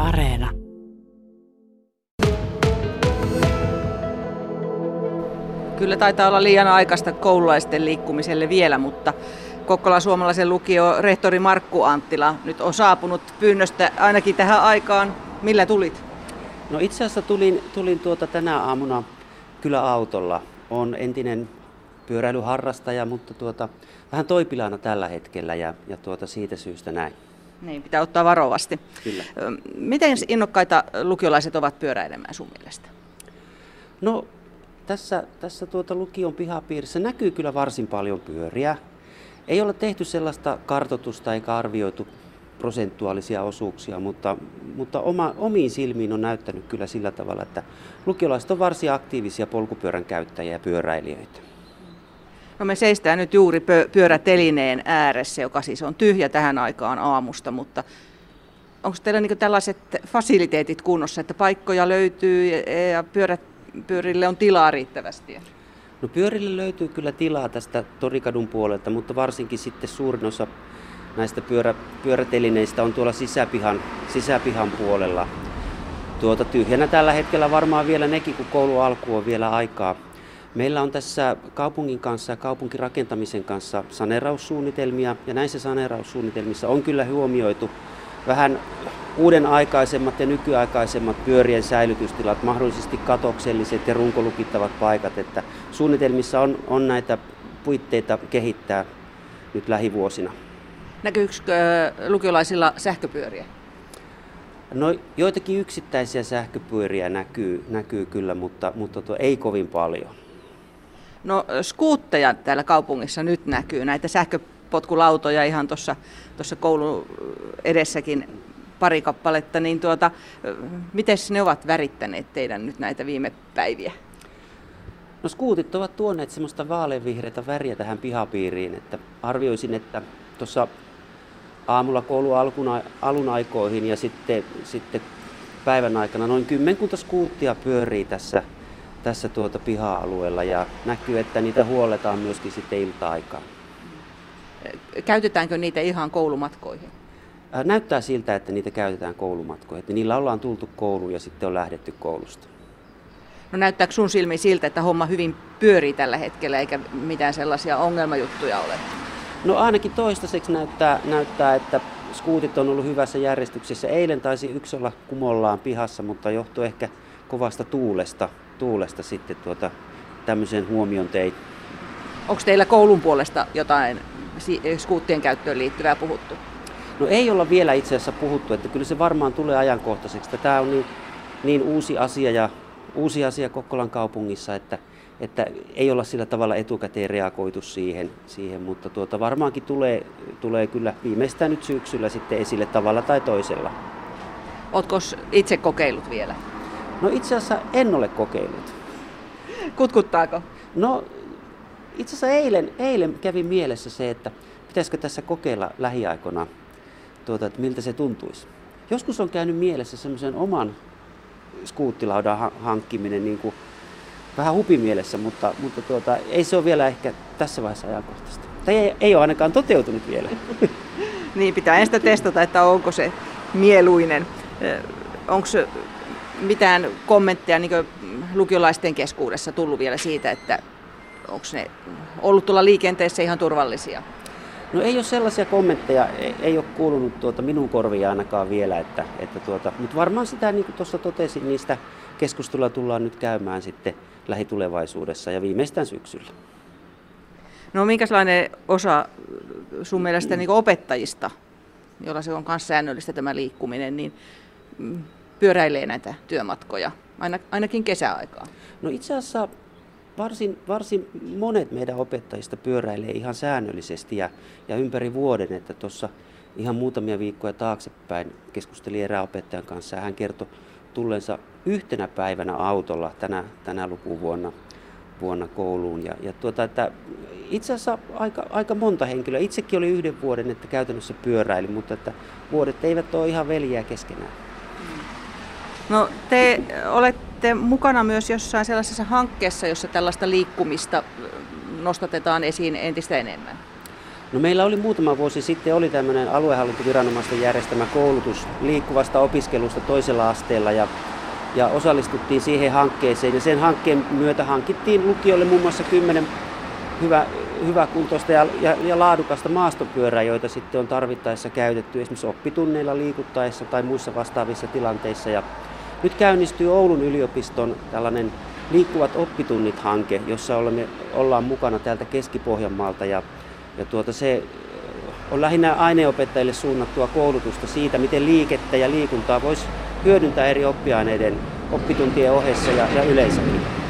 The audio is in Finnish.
Areena. Kyllä taitaa olla liian aikaista koululaisten liikkumiselle vielä, mutta Kokkolan suomalaisen lukio rehtori Markku Anttila nyt on saapunut pyynnöstä ainakin tähän aikaan. Millä tulit? No itse asiassa tulin tänä aamuna kyllä autolla. Olen entinen pyöräilyharrastaja, mutta vähän toipilaana tällä hetkellä ja siitä syystä näin. Niin, pitää ottaa varovasti. Kyllä. Miten innokkaita lukiolaiset ovat pyöräilemään sun mielestä? No tässä lukion pihapiirissä näkyy kyllä varsin paljon pyöriä. Ei ole tehty sellaista kartoitusta eikä arvioitu prosentuaalisia osuuksia, mutta omiin silmiin on näyttänyt kyllä sillä tavalla, että lukiolaiset on varsin aktiivisia polkupyörän käyttäjiä ja pyöräilijöitä. No me seistään nyt juuri pyörätelineen ääressä, joka siis on tyhjä tähän aikaan aamusta, mutta onko teillä niin tällaiset fasiliteetit kunnossa, että paikkoja löytyy ja pyörille on tilaa riittävästi? No pyörille löytyy kyllä tilaa tästä Torikadun puolelta, mutta varsinkin suurin osa näistä pyörätelineistä on tuolla sisäpihan puolella. Tyhjänä tällä hetkellä varmaan vielä nekin, kun koulu alku on vielä aikaa. Meillä on tässä kaupungin kanssa ja kaupunkirakentamisen kanssa saneeraussuunnitelmia, ja näissä saneeraussuunnitelmissa on kyllä huomioitu vähän uuden aikaisemmat ja nykyaikaisemmat pyörien säilytystilat, mahdollisesti katokselliset ja runkolukittavat paikat, että suunnitelmissa on näitä puitteita kehittää nyt lähivuosina. Näkyykö lukiolaisilla sähköpyöriä? No joitakin yksittäisiä sähköpyöriä näkyy kyllä, mutta ei kovin paljon. No skuutteja täällä kaupungissa nyt näkyy, näitä sähköpotkulautoja ihan tuossa koulun edessäkin pari kappaletta, niin miten ne ovat värittäneet teidän nyt näitä viime päiviä? No skuutit ovat tuoneet semmoista vaaleanvihreätä väriä tähän pihapiiriin, että arvioisin, että tuossa aamulla koulun alun aikoihin ja sitten päivän aikana noin 10 skuuttia pyörii tässä piha-alueella ja näkyy, että niitä huolletaan myöskin sitten ilta-aikaan. Käytetäänkö niitä ihan koulumatkoihin? Näyttää siltä, että niitä käytetään koulumatkoihin, että niillä ollaan tultu kouluun ja sitten on lähdetty koulusta. No näyttääkö sun silmiin siltä, että homma hyvin pyörii tällä hetkellä eikä mitään sellaisia ongelmajuttuja ole? No ainakin toistaiseksi näyttää, että skuutit on ollut hyvässä järjestyksessä. Eilen taisi yksi olla kumollaan pihassa, mutta johtui ehkä kovasta tuulesta sitten tämmöisen huomion tein. Onko teillä koulun puolesta jotain skuuttien käyttöön liittyvää puhuttu? No ei olla vielä itse asiassa puhuttu, että kyllä se varmaan tulee ajankohtaiseksi. Tämä on niin uusi asia Kokkolan kaupungissa, että ei olla sillä tavalla etukäteen reagoitu siihen, mutta varmaankin tulee kyllä viimeistään nyt syksyllä sitten esille tavalla tai toisella. Ootko itse kokeillut vielä? No itse asiassa en ole kokeillut. Kutkuttaako? No itse asiassa eilen kävi mielessä se, että pitäisikö tässä kokeilla lähiaikoina, että miltä se tuntuisi. Joskus on käynyt mielessä semmoisen oman skuuttilaudan hankkiminen niin kuin vähän hupimielessä, mutta ei se ole vielä ehkä tässä vaiheessa ajankohtaista. Tai ei ole ainakaan toteutunut vielä. Niin, pitää ensin testata, että onko se mieluinen. Onko mitään kommentteja niin lukiolaisten keskuudessa tullut vielä siitä, että onko ne ollut tuolla liikenteessä ihan turvallisia? No ei ole sellaisia kommentteja, ei ole kuulunut minun korviin ainakaan vielä, mutta varmaan sitä, niin kuin tuossa totesin, niistä keskustelua tullaan nyt käymään sitten lähitulevaisuudessa ja viimeistään syksyllä. No minkälainen osa sun mielestä niin opettajista, jolla se on myös säännöllistä tämä liikkuminen, niin pyöräilee näitä työmatkoja, ainakin kesäaikaan? No itse asiassa varsin monet meidän opettajista pyöräilee ihan säännöllisesti ja ympäri vuoden, että tuossa ihan muutamia viikkoja taaksepäin keskustelin erään opettajan kanssa ja hän kertoi tulleensa yhtenä päivänä autolla tänä lukuvuonna kouluun. Että itse asiassa aika monta henkilöä. Itsekin oli yhden vuoden, että käytännössä pyöräili, mutta että vuodet eivät ole ihan veljiä keskenään. No te olette mukana myös jossain sellaisessa hankkeessa, jossa tällaista liikkumista nostatetaan esiin entistä enemmän. No meillä oli muutama vuosi sitten tämmöinen aluehallintoviranomaisten järjestämä koulutus liikkuvasta opiskelusta toisella asteella ja osallistuttiin siihen hankkeeseen ja sen hankkeen myötä hankittiin lukiolle muun muassa 10 hyväkuntoista ja laadukasta maastopyörää, joita sitten on tarvittaessa käytetty esimerkiksi oppitunneilla liikuttaessa tai muissa vastaavissa tilanteissa. Ja nyt käynnistyy Oulun yliopiston tällainen Liikkuvat oppitunnit-hanke, jossa ollaan mukana täältä Keski-Pohjanmaalta se on lähinnä aineenopettajille suunnattua koulutusta siitä, miten liikettä ja liikuntaa voisi hyödyntää eri oppiaineiden oppituntien ohessa ja yleensäkin.